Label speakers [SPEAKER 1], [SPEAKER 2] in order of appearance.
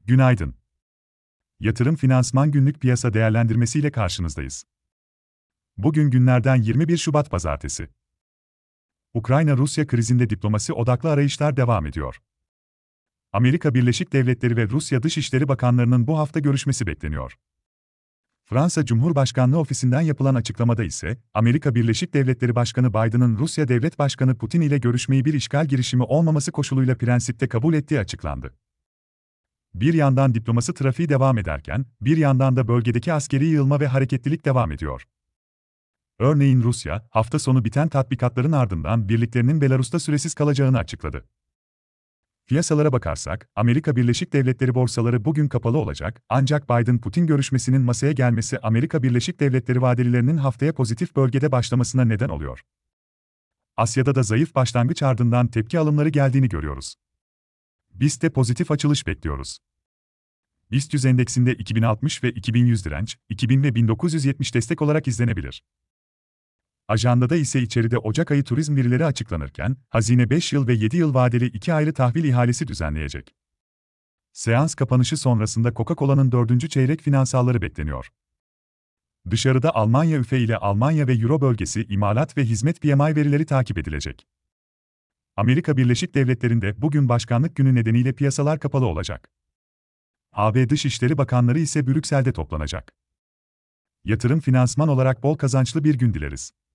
[SPEAKER 1] Günaydın. Yatırım Finansman Günlük Piyasa Değerlendirmesi ile karşınızdayız. Bugün günlerden 21 Şubat Pazartesi. Ukrayna-Rusya krizinde diplomasi odaklı arayışlar devam ediyor. Amerika Birleşik Devletleri ve Rusya Dışişleri Bakanlarının bu hafta görüşmesi bekleniyor. Fransa Cumhurbaşkanlığı ofisinden yapılan açıklamada ise, Amerika Birleşik Devletleri Başkanı Biden'ın Rusya Devlet Başkanı Putin ile görüşmeyi bir işgal girişimi olmaması koşuluyla prensipte kabul ettiği açıklandı. Bir yandan diplomasi trafiği devam ederken, bir yandan da bölgedeki askeri yığılma ve hareketlilik devam ediyor. Örneğin Rusya, hafta sonu biten tatbikatların ardından birliklerinin Belarus'ta süresiz kalacağını açıkladı. Piyasalara bakarsak, Amerika Birleşik Devletleri borsaları bugün kapalı olacak, ancak Biden-Putin görüşmesinin masaya gelmesi Amerika Birleşik Devletleri vadelilerinin haftaya pozitif bölgede başlamasına neden oluyor. Asya'da da zayıf başlangıç ardından tepki alımları geldiğini görüyoruz. BIST'te pozitif açılış bekliyoruz. BIST 100 endeksinde 2060 ve 2100 direnç, 2000 ve 1970 destek olarak izlenebilir. Ajandada ise içeride Ocak ayı turizm verileri açıklanırken, Hazine 5 yıl ve 7 yıl vadeli 2 ayrı tahvil ihalesi düzenleyecek. Seans kapanışı sonrasında Coca-Cola'nın 4. çeyrek finansalları bekleniyor. Dışarıda Almanya üfe ile Almanya ve Euro bölgesi imalat ve hizmet PMI verileri takip edilecek. Amerika Birleşik Devletleri'nde bugün Başkanlık Günü nedeniyle piyasalar kapalı olacak. AB Dışişleri Bakanları ise Brüksel'de toplanacak. Yatırım finansman olarak bol kazançlı bir gün dileriz.